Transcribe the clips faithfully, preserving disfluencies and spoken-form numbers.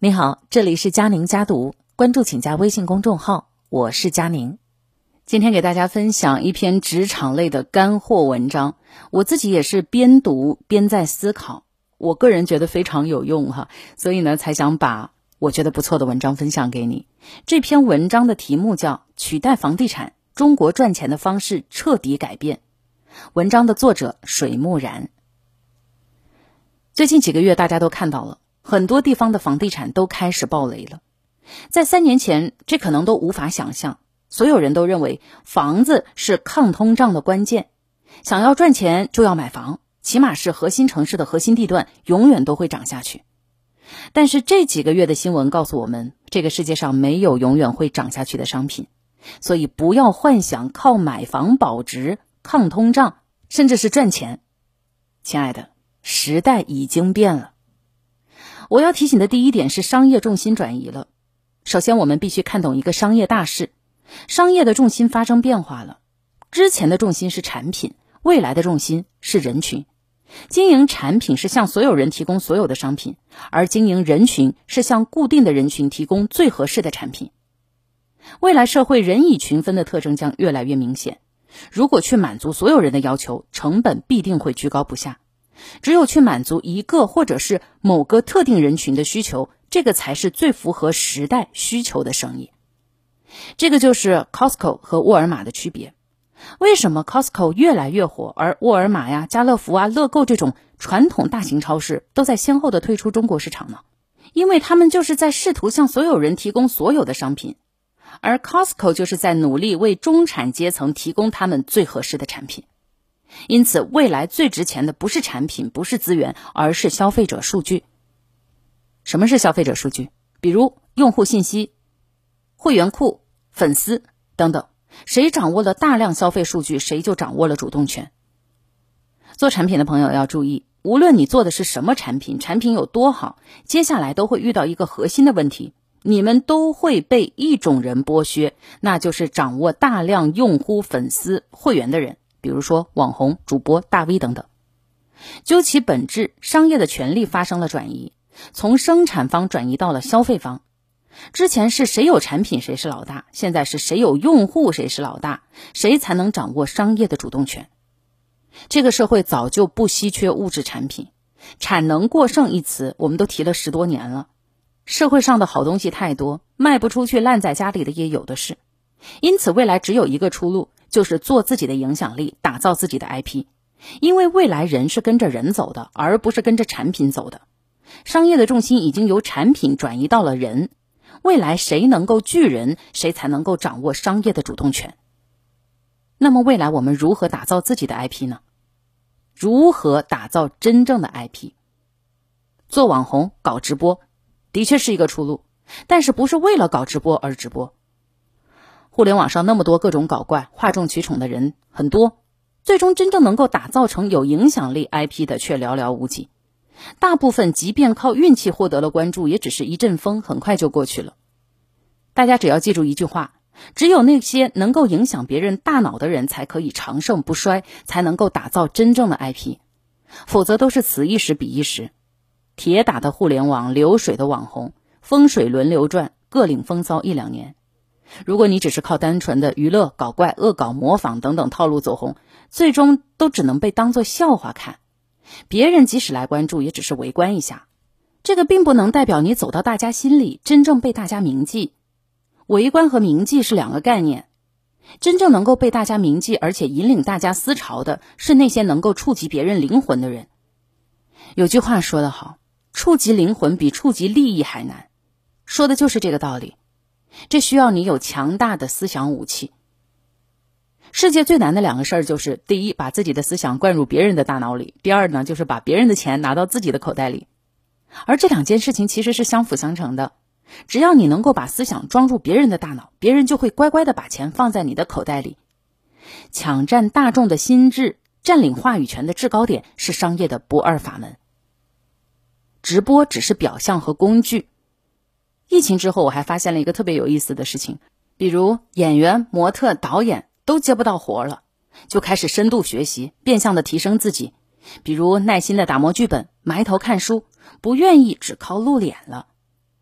你好，这里是佳宁家读，关注请加微信公众号，我是佳宁。今天给大家分享一篇职场类的干货文章，我自己也是边读边在思考，我个人觉得非常有用哈，所以呢才想把我觉得不错的文章分享给你。这篇文章的题目叫取代房地产，中国赚钱的方式彻底改变。文章的作者水木然。最近几个月大家都看到了，很多地方的房地产都开始暴雷了。在三年前，这可能都无法想象，所有人都认为房子是抗通胀的关键，想要赚钱就要买房，起码是核心城市的核心地段永远都会涨下去。但是这几个月的新闻告诉我们，这个世界上没有永远会涨下去的商品，所以不要幻想靠买房保值、抗通胀，甚至是赚钱。亲爱的，时代已经变了。我要提醒的第一点是商业重心转移了。首先我们必须看懂一个商业大势，商业的重心发生变化了。之前的重心是产品，未来的重心是人群。经营产品是向所有人提供所有的商品，而经营人群是向固定的人群提供最合适的产品。未来社会人以群分的特征将越来越明显，如果去满足所有人的要求，成本必定会居高不下。只有去满足一个或者是某个特定人群的需求，这个才是最符合时代需求的生意。这个就是 Costco 和沃尔玛的区别。为什么 Costco 越来越火，而沃尔玛呀、家乐福啊、乐购这种传统大型超市都在先后的退出中国市场呢？因为他们就是在试图向所有人提供所有的商品，而 Costco 就是在努力为中产阶层提供他们最合适的产品。因此未来最值钱的不是产品，不是资源，而是消费者数据。什么是消费者数据？比如用户信息、会员库、粉丝等等，谁掌握了大量消费数据，谁就掌握了主动权。做产品的朋友要注意，无论你做的是什么产品，产品有多好，接下来都会遇到一个核心的问题，你们都会被一种人剥削，那就是掌握大量用户、粉丝、会员的人，比如说网红、主播、大 V 等等。究其本质，商业的权利发生了转移，从生产方转移到了消费方。之前是谁有产品谁是老大，现在是谁有用户谁是老大，谁才能掌握商业的主动权。这个社会早就不稀缺物质产品，产能过剩一词我们都提了十多年了。社会上的好东西太多，卖不出去烂在家里的也有的是。因此未来只有一个出路，就是做自己的影响力，打造自己的 I P。 因为未来人是跟着人走的，而不是跟着产品走的。商业的重心已经由产品转移到了人，未来谁能够聚人，谁才能够掌握商业的主动权。那么未来我们如何打造自己的 I P 呢？如何打造真正的 I P？ 做网红、搞直播的确是一个出路，但是不是为了搞直播而直播。互联网上那么多各种搞怪、哗众取宠的人很多，最终真正能够打造成有影响力 I P 的却寥寥无几。大部分即便靠运气获得了关注，也只是一阵风，很快就过去了。大家只要记住一句话，只有那些能够影响别人大脑的人才可以长盛不衰，才能够打造真正的 I P， 否则都是此一时彼一时。铁打的互联网，流水的网红，风水轮流转，各领风骚一两年。如果你只是靠单纯的娱乐、搞怪、恶搞、模仿等等套路走红，最终都只能被当作笑话看。别人即使来关注，也只是围观一下，这个并不能代表你走到大家心里，真正被大家铭记。围观和铭记是两个概念，真正能够被大家铭记，而且引领大家思潮的，是那些能够触及别人灵魂的人。有句话说得好，触及灵魂比触及利益还难，说的就是这个道理。这需要你有强大的思想武器。世界最难的两个事儿就是，第一，把自己的思想灌入别人的大脑里；第二呢，就是把别人的钱拿到自己的口袋里。而这两件事情其实是相辅相成的。只要你能够把思想装入别人的大脑，别人就会乖乖的把钱放在你的口袋里。抢占大众的心智，占领话语权的制高点，是商业的不二法门。直播只是表象和工具。疫情之后，我还发现了一个特别有意思的事情，比如演员、模特、导演都接不到活了，就开始深度学习，变相的提升自己，比如耐心的打磨剧本，埋头看书，不愿意只靠露脸了。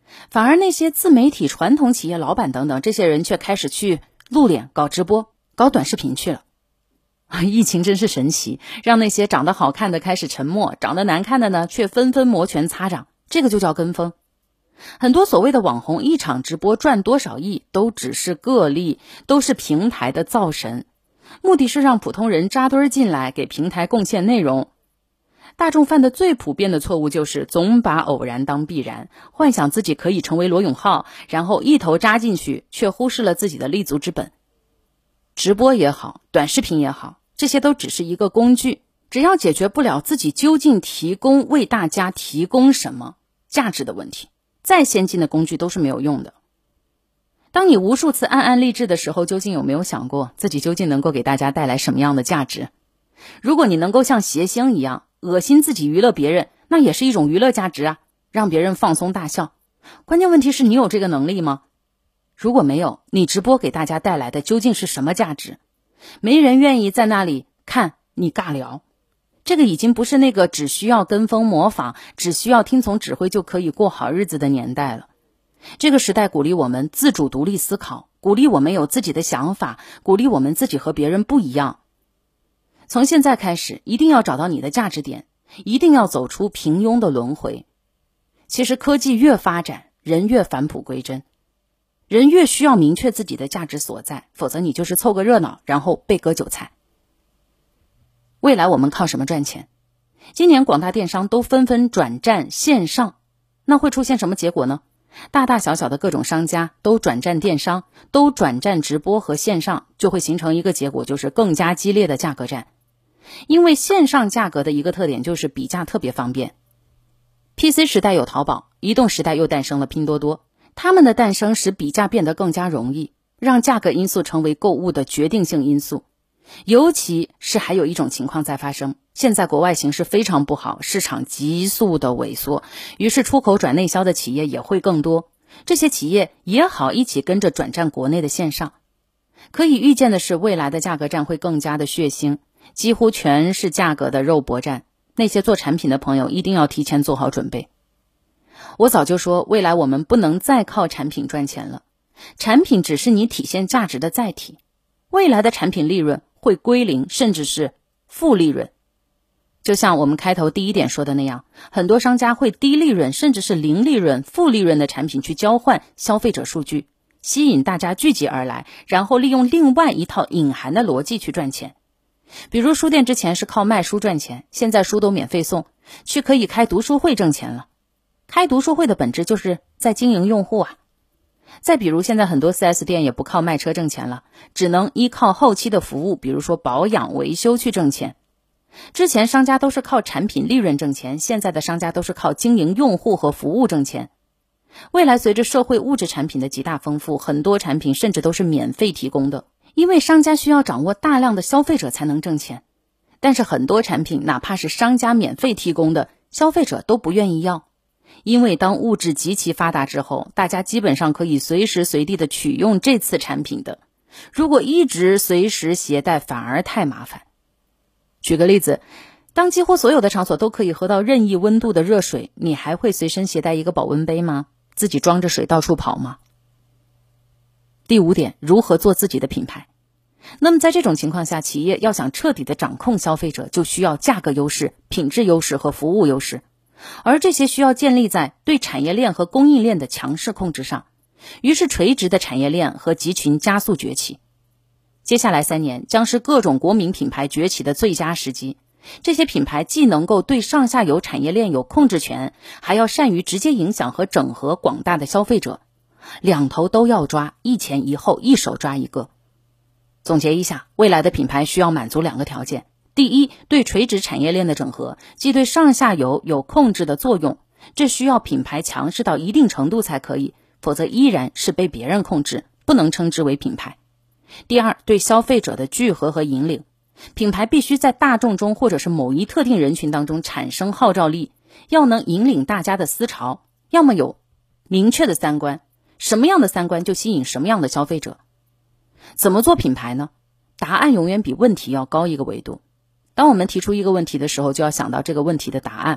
反而那些自媒体传统企业老板等等，这些人却开始去露脸、搞直播、搞短视频去了。疫情真是神奇，让那些长得好看的开始沉默，长得难看的呢却纷纷摩拳擦掌，这个就叫跟风。很多所谓的网红一场直播赚多少亿都只是个例，都是平台的造神，目的是让普通人扎堆进来给平台贡献内容。大众犯的最普遍的错误就是总把偶然当必然，幻想自己可以成为罗永浩，然后一头扎进去，却忽视了自己的立足之本。直播也好，短视频也好，这些都只是一个工具，只要解决不了自己究竟提供为大家提供什么价值的问题，再先进的工具都是没有用的。当你无数次暗暗励志的时候，究竟有没有想过自己究竟能够给大家带来什么样的价值？如果你能够像谐星一样恶心自己娱乐别人，那也是一种娱乐价值啊，让别人放松大笑。关键问题是你有这个能力吗？如果没有，你直播给大家带来的究竟是什么价值？没人愿意在那里看你尬聊。这个已经不是那个只需要跟风模仿，只需要听从指挥就可以过好日子的年代了。这个时代鼓励我们自主独立思考，鼓励我们有自己的想法，鼓励我们自己和别人不一样。从现在开始，一定要找到你的价值点，一定要走出平庸的轮回。其实科技越发展，人越返璞归真，人越需要明确自己的价值所在，否则你就是凑个热闹，然后被割韭菜。未来我们靠什么赚钱？今年广大电商都纷纷转战线上，那会出现什么结果呢？大大小小的各种商家都转战电商，都转战直播和线上，就会形成一个结果，就是更加激烈的价格战。因为线上价格的一个特点就是比价特别方便。P C 时代有淘宝，移动时代又诞生了拼多多，它们的诞生使比价变得更加容易，让价格因素成为购物的决定性因素。尤其是还有一种情况在发生，现在国外形势非常不好，市场急速的萎缩，于是出口转内销的企业也会更多，这些企业也好一起跟着转战国内的线上。可以预见的是，未来的价格战会更加的血腥，几乎全是价格的肉搏战，那些做产品的朋友一定要提前做好准备。我早就说，未来我们不能再靠产品赚钱了，产品只是你体现价值的载体，未来的产品利润会归零，甚至是负利润。就像我们开头第一点说的那样，很多商家会低利润，甚至是零利润、负利润的产品去交换消费者数据，吸引大家聚集而来，然后利用另外一套隐含的逻辑去赚钱。比如书店之前是靠卖书赚钱，现在书都免费送，去可以开读书会挣钱了。开读书会的本质就是在经营用户啊。再比如现在很多 四 S 店也不靠卖车挣钱了，只能依靠后期的服务，比如说保养维修去挣钱。之前商家都是靠产品利润挣钱，现在的商家都是靠经营用户和服务挣钱。未来随着社会物质产品的极大丰富，很多产品甚至都是免费提供的，因为商家需要掌握大量的消费者才能挣钱。但是很多产品哪怕是商家免费提供的，消费者都不愿意要。因为当物质极其发达之后，大家基本上可以随时随地的取用这次产品的，如果一直随时携带反而太麻烦。举个例子，当几乎所有的场所都可以喝到任意温度的热水，你还会随身携带一个保温杯吗？自己装着水到处跑吗？第五点，如何做自己的品牌？那么在这种情况下，企业要想彻底的掌控消费者，就需要价格优势、品质优势和服务优势。而这些需要建立在对产业链和供应链的强势控制上，于是垂直的产业链和集群加速崛起。接下来三年将是各种国民品牌崛起的最佳时机，这些品牌既能够对上下游产业链有控制权，还要善于直接影响和整合广大的消费者，两头都要抓，一前一后，一手抓一个。总结一下，未来的品牌需要满足两个条件。第一，对垂直产业链的整合，即对上下游有控制的作用，这需要品牌强势到一定程度才可以，否则依然是被别人控制，不能称之为品牌。第二，对消费者的聚合和引领，品牌必须在大众中或者是某一特定人群当中产生号召力，要能引领大家的思潮，要么有明确的三观，什么样的三观就吸引什么样的消费者。怎么做品牌呢？答案永远比问题要高一个维度。当我们提出一个问题的时候，就要想到这个问题的答案，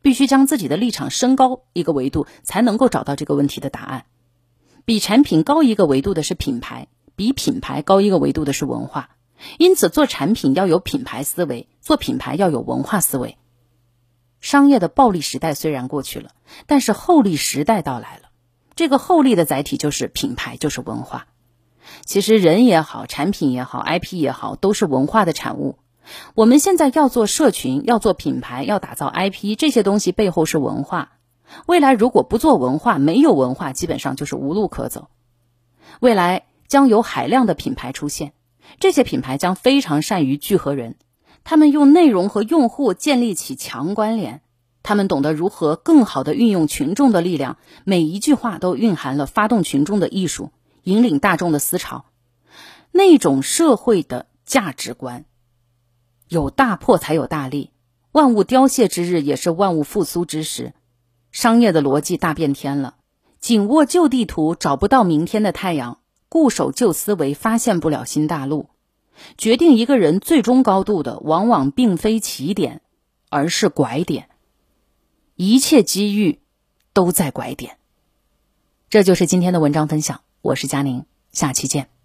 必须将自己的立场升高一个维度，才能够找到这个问题的答案。比产品高一个维度的是品牌，比品牌高一个维度的是文化。因此做产品要有品牌思维，做品牌要有文化思维。商业的暴利时代虽然过去了，但是厚利时代到来了。这个厚利的载体就是品牌，就是文化。其实人也好，产品也好， I P 也好，都是文化的产物。我们现在要做社群，要做品牌，要打造 I P， 这些东西背后是文化。未来如果不做文化，没有文化，基本上就是无路可走。未来将有海量的品牌出现，这些品牌将非常善于聚合人，他们用内容和用户建立起强关联，他们懂得如何更好地运用群众的力量，每一句话都蕴含了发动群众的艺术，引领大众的思潮。那种社会的价值观，有大破才有大利，万物凋谢之日也是万物复苏之时。商业的逻辑大变天了，紧握旧地图找不到明天的太阳，固守旧思维发现不了新大陆。决定一个人最终高度的往往并非起点，而是拐点。一切机遇都在拐点。这就是今天的文章分享，我是佳宁，下期见。